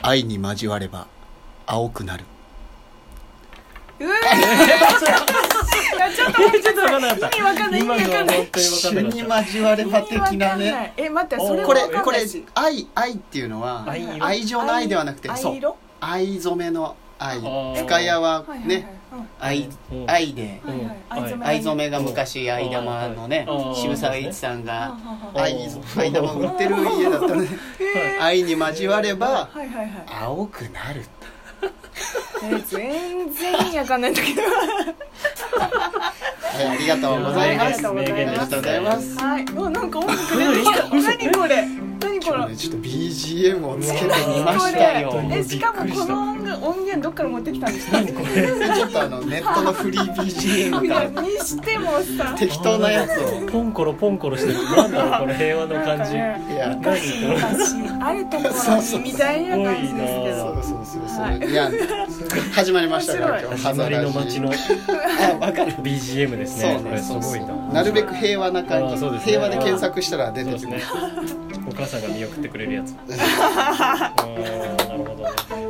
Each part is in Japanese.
愛に交われば青くなる。 ちょっと分かんない意味分かんない一緒に交われば的なね。 待ってそれもこれ分かんないし、 愛っていうのは愛情の愛ではなくて、そう愛染めの愛、深谷はね、愛で、藍染めが昔藍玉のね、渋沢栄一さんが藍玉売ってる家だったので、愛に交われば青くなる。 全然意味わかんないんだけどありがとうございます。 ありがとうございます。はい、なんか音楽出てきた。何これちょっと BGM をつけてみましたよ。 しかもこの音源どっから持ってきたんですか？ ちょっとネットのフリー BGM からにしてもさ適当なやつをポンコロしてる。なんだろうこの平和の感じ。 いやあるところにみたいな感じですけど。 そういや始まりましたから今日始まりの街のわかる BGM ですね。これすごいな。 なるべく平和な感じ。平和で検索したら出てきます。 お母さんが見送ってくれるやつ。なるほどね。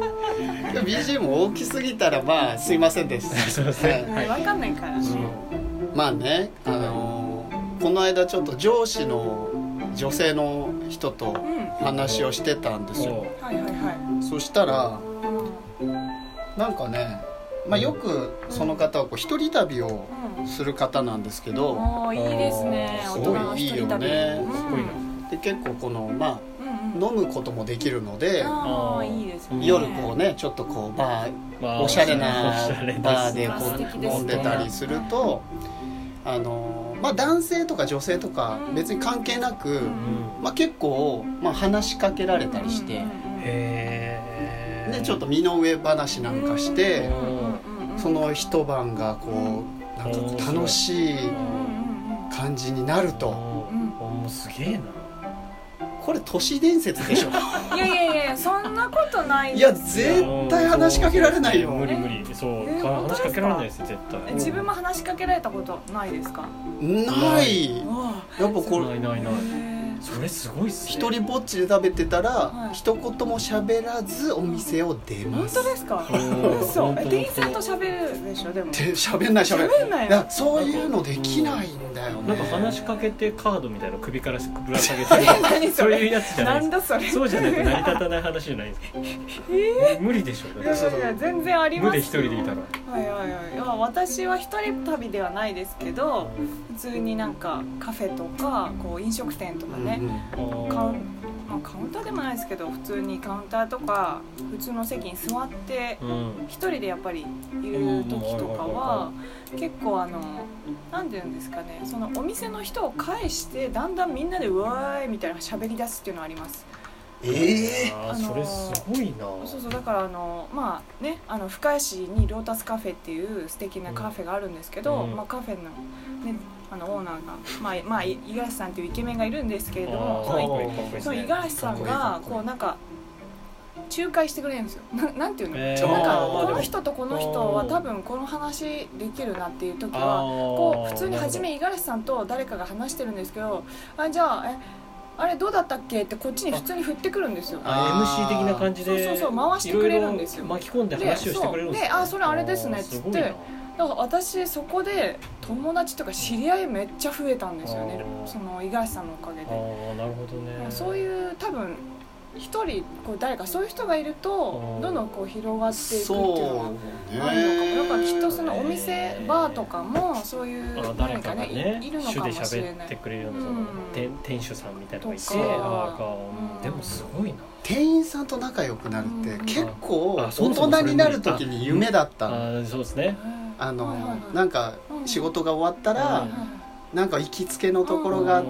BGM 大きすぎたらまあすいませんです。 そうですね。 分かんないから。 まあね、この間ちょっと上司の女性の人と話をしてたんですよ。そしたらなんかね、まあ、よくその方は一人旅をする方なんですけど、 いいですね。 すごいいいよね。で結構まあ飲むこともできるので、夜こうねちょっとこうおしゃれなバーでこう飲んでたりすると、まあ男性とか女性とか別に関係なく、まあ結構話しかけられたりして、でちょっと身の上話なんかして、その一晩がこうなんか楽しい感じになると、 もうすげえな。 これ都市伝説でしょ。 いやそんなことない。 いや絶対話しかけられないよ。 無理そう話しかけられないです絶対。 自分も話しかけられたことないですか？ ない。やっぱこれないそれすごいっすね。 一人ぼっちで食べてたら一言も喋らずお店を出ます。 本当ですか？嘘。店員さんと喋るでしょ。でも喋んないそういうのできないんだよね。 なんか話しかけてカードみたいな首からぶら下げてそういうやつじゃないですか。そうじゃなく成り立たない話じゃないですか。無理でしょ。 いや全然あります。 無で一人でいたら。 私は一人旅ではないですけど、普通になんかカフェとかこう飲食店とかね、カウンターでもないですけど普通にカウンターとか普通の席に座って一人でやっぱりいる時とかは結構なんていうんですかね、そのお店の人を介してだんだんみんなでうわーいみたいな喋り出すっていうのはあります。 それすごいな。 そうだからまあね深谷市にロータスカフェっていう素敵なカフェがあるんですけど、まあカフェのねオーナーがまあ五十嵐さんっていうイケメンがいるんですけれども、その五十嵐さんがこうなんか仲介してくれるんですよ。なんていうの、なんかこの人とこの人は多分この話できるなっていう時はこう普通に初め五十嵐さんと誰かが話してるんですけど、じゃああれどうだったっけってこっちに普通に振ってくるんですよ。 MC 的な感じでそう回してくれるんですよ。 巻き込んで話をしてくれるんですよ。 でそれあれですねっつって、だから私そこで友達とか知り合いめっちゃ増えたんですよね、その五十嵐さんのおかげで。 なるほどね。 そういう多分一人こう誰かそういう人がいるとどんどんこう広がっていくっていうのはあるのかも。だからきっとそのお店バーとかもそういう誰かねいるのかもしれない。 主で喋ってくれるような店主さんみたいなのがいて、でもすごいな。 店員さんと仲良くなるって結構大人になる時に夢だった。 そうですね。 なんか仕事が終わったらなんか行きつけのところがあって、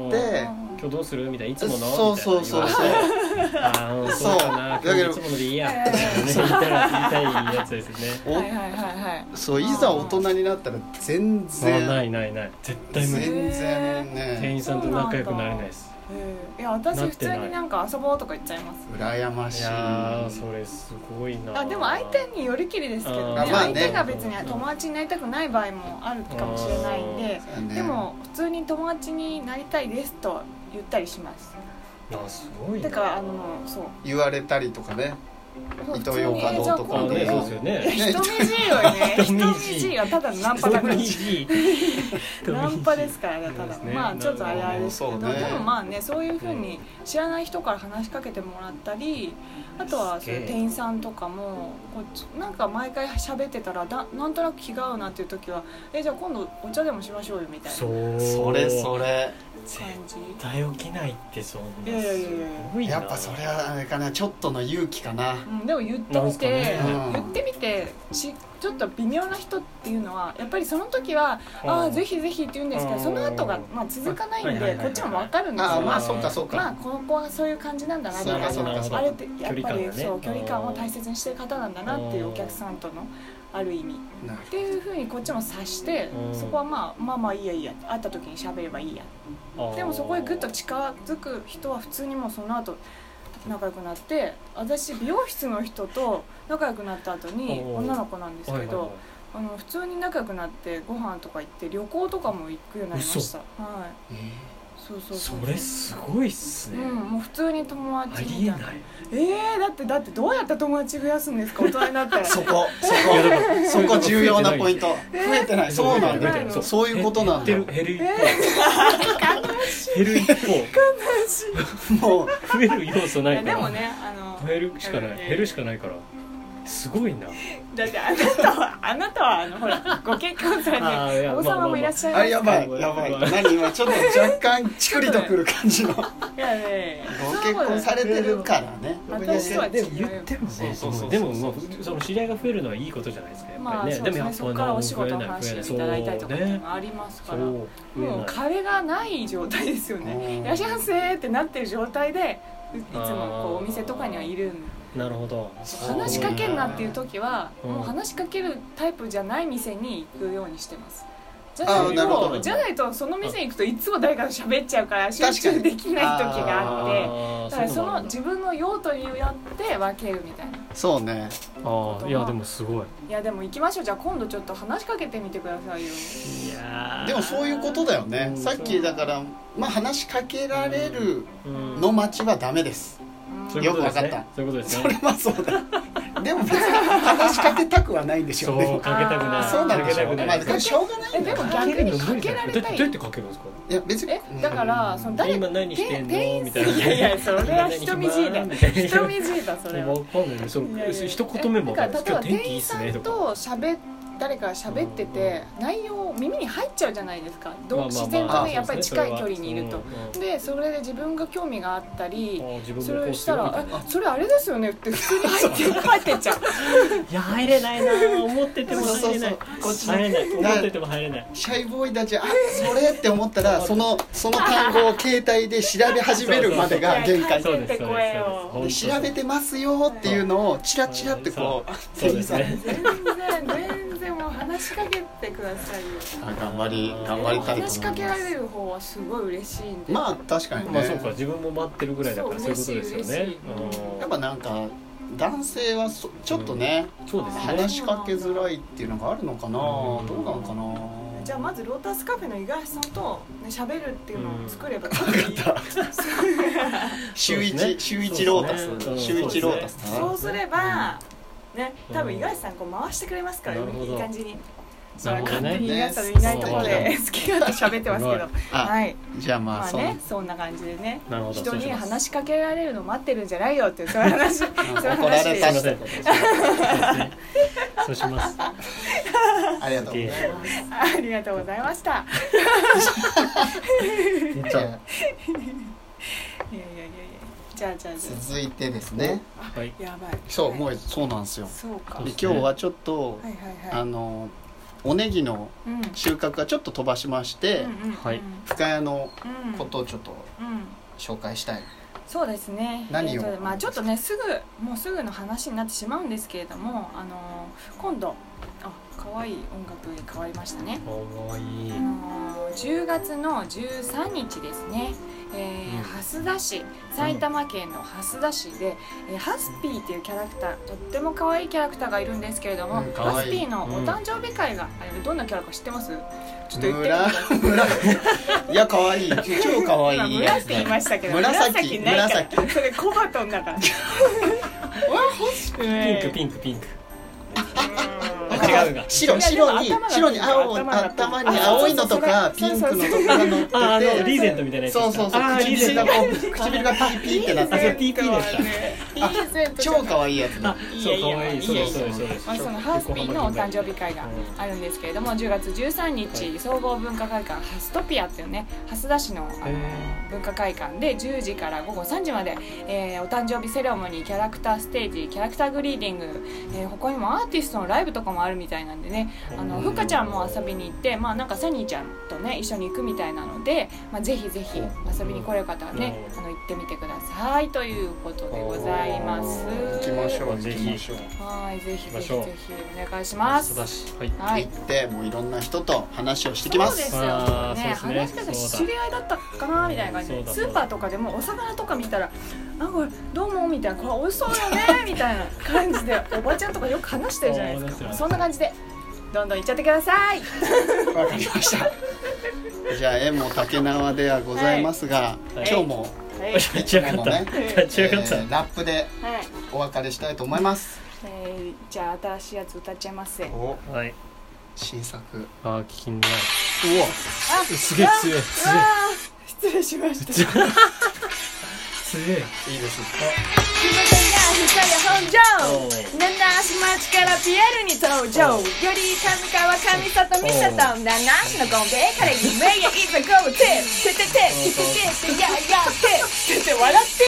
今日どうするみたいな、いつものそうそうかな、今日いつものでいいやって言いたいやつですよね。 そういざ大人になったら全然ない絶対無理。 全然ね店員さんと仲良くなれないです。 いや私普通になんか遊ぼうとか言っちゃいます。 羨ましい。 いやそれすごいな。 でも相手によりきりですけどね、相手が別に友達になりたくない場合もあるかもしれないんで、でも普通に友達になりたいですと言ったりします。 すごいな。 だからそう言われたりとかね。 イトーヨーカドーとかね、そうですよね。 人見知りはね、人見知りはただのナンパだからナンパですからね、ただ、まあちょっとあれあれですけど、でもまあね、そういうふうに知らない人から話しかけてもらったり、あとはそういう店員さんとかもなんか毎回喋ってたらなんとなく気が合うなっていう時はじゃあ今度お茶でもしましょうよみたいな、 それ絶対起きないってそんな、 やっぱそれはあれかな、ちょっとの勇気かな、 でも言ってみて、ちょっと微妙な人っていうのはやっぱりその時はぜひぜひって言うんですけど、その後がまあ続かないんでこっちも分かるんですよ。 まあそうかそうか、 まあこの子はそういう感じなんだなとか、あれってやっぱりそう距離感を大切にしてる方なんだなっていうお客さんとのある意味っていうふうにこっちも察して、そこはまあいいや会った時に喋ればいいや。でもそこへぐっと近づく人は普通にもうその後仲良くなって、私美容室の人と仲良くなった後に女の子なんですけど、普通に仲良くなってご飯とか行って旅行とかも行くようになりました。はい。そうそれすごいっすね。 もう普通に友達みたいな。 ありえない。 だってどうやって友達増やすんですか、大人になったら。 そこ重要なポイント。増えてない。そうなんだよ。そういうことなんだよ。 減る一方。もう増える要素ないから。 でもね、 減るしかないから。すごいな。 だってあなたはほらご結婚されてお子様もいらっしゃいます。 やばい何今ちょっと若干チクリとくる感じの。ご結婚されてるからね。 私はでも言ってもね、でもその知り合いが増えるのはいいことじゃないですか、やっぱりね。でもそこからお仕事の話していただいたりとかもありますから、もう彼がない状態ですよね。いらっしゃいませってなってる状態でいつもこうお店とかにはいるんで。 なるほど。 話しかけんなっていう時は、もう話しかけるタイプじゃない店に行くようにしてます。じゃないとその店に行くといつも誰かと喋っちゃうから集中できない時があって、だからその自分の用途によって分けるみたいな。 そうね。 いやでもすごい。 いやでも行きましょう。じゃあ今度ちょっと話しかけてみてくださいよ。 いやでもそういうことだよね。さっきだから話しかけられるの待ちはダメです。よく分かった。 そういうことですね。 それはそうだ。でも別に話しかけたくはないんでしょうね。 そうかけたくない。 そうなんでしょう。まあしょうがない。 でも逆にかけられたい。 どうやってかけるんですか。 いや別に。 だからその誰今何してんのみたいな。 いやそれは人見知りだ。人見知りだそれは。 わかんないね。その一言目も。 だから例えば店員さんと誰か喋ってて内容耳に入っちゃうじゃないですか。自然とねやっぱり近い距離にいると。でそれで自分が興味があったり、それしたらそれあれですよねって普通に入ってっちゃう。 いや入れないな。思ってても入れない。入れない。思ってても入れない。 シャイボーイたちそれって思ったらその単語を携帯で調べ始めるまでが限界。 そうです。 調べてますよっていうのをチラチラってこうそうですね。 全然もう話しかけてくださいよ。 頑張りたいと思います。 話しかけられる方はすごい嬉しいんで。 まあ確かにね。 まあそうか、自分も待ってるぐらいだからそういうことですよね。 やっぱなんか男性はちょっとね、話しかけづらいっていうのがあるのかな。どうなのかな。 じゃあまずロータスカフェの五十嵐さんと喋るっていうのを作ればいい。 週一ロータス。週一ロータス。 そうすればね、多分五十嵐さんこう回してくれますから、いい感じに。勝手に五十嵐さんのいないところで好き勝手喋ってますけど、はい。 じゃあまあね、そんな感じでね、人に話しかけられるの待ってるんじゃないよっていうそういう話。怒られたしてそうします。 ありがとうございます。 ありがとうございました。じゃあ続いてですね。 やばい。 そうもうそうなんですよ。今日はちょっとおネギの収穫がちょっと飛ばしまして、深谷のことをちょっと紹介したい。 そうですね。 何をまあちょっとねもうすぐの話になってしまうんですけれども、今度可愛い音楽に変わりましたね。 可愛い。 10月の13日ですね、蓮田市、埼玉県の蓮田市で、ハスピーっていうキャラクター、とっても可愛いキャラクターがいるんですけれども、ハスピーのお誕生日会が、どんなキャラか知ってます？ちょっと言ってみてください。いや、可愛い、超可愛い。 村って言いましたけど、 紫ないから、それコバトンだから。 ピンク。違うが白に頭に青いのとかピンクのとかが乗ってて、 リーゼントみたいなやつ。 そう唇がピーってなってて、 ピーですか。超可愛いやつだ。 そう可愛い。そうそのハスピーのお誕生日会があるんですけれども、10月13日総合文化会館ハストピアっていうね、蓮田市の文化会館で10時から午後3時まで、お誕生日セレモニー、キャラクターステージ、キャラクターグリーディング、他にもアーティストのライブとかもあるみたいなんでね、ふっかちゃんも遊びに行って、なんかサニーちゃんとね一緒に行くみたいなので、ぜひぜひ遊びに来れる方はね、行ってみてくださいということでございます。 行きましょう。 はい、ぜひお願いします。 はい、行ってもういろんな人と話をしてきます。 そうですよね。話し方知り合いだったかなみたいな感じで、スーパーとかでもお魚とか見たら、これどうもみたいな、これ美味しそうよねみたいな感じでおばちゃんとかよく話してるじゃないですか。そんな感じでどんどん行っちゃってください。 わかりました。じゃあ縁も竹縄ではございますが、今日も立ち上がった。 ラップでお別れしたいと思います。 じゃあ新しいやつ歌っちゃいます。 はい。 新作。 聞きになる。 うわ。 すげえ強い。 失礼しました。 強い。 いいですね。 本庄七足町からピエールに登場、より上川上里美里七足のゴンベから夢へいざゴーててててててててややててて笑って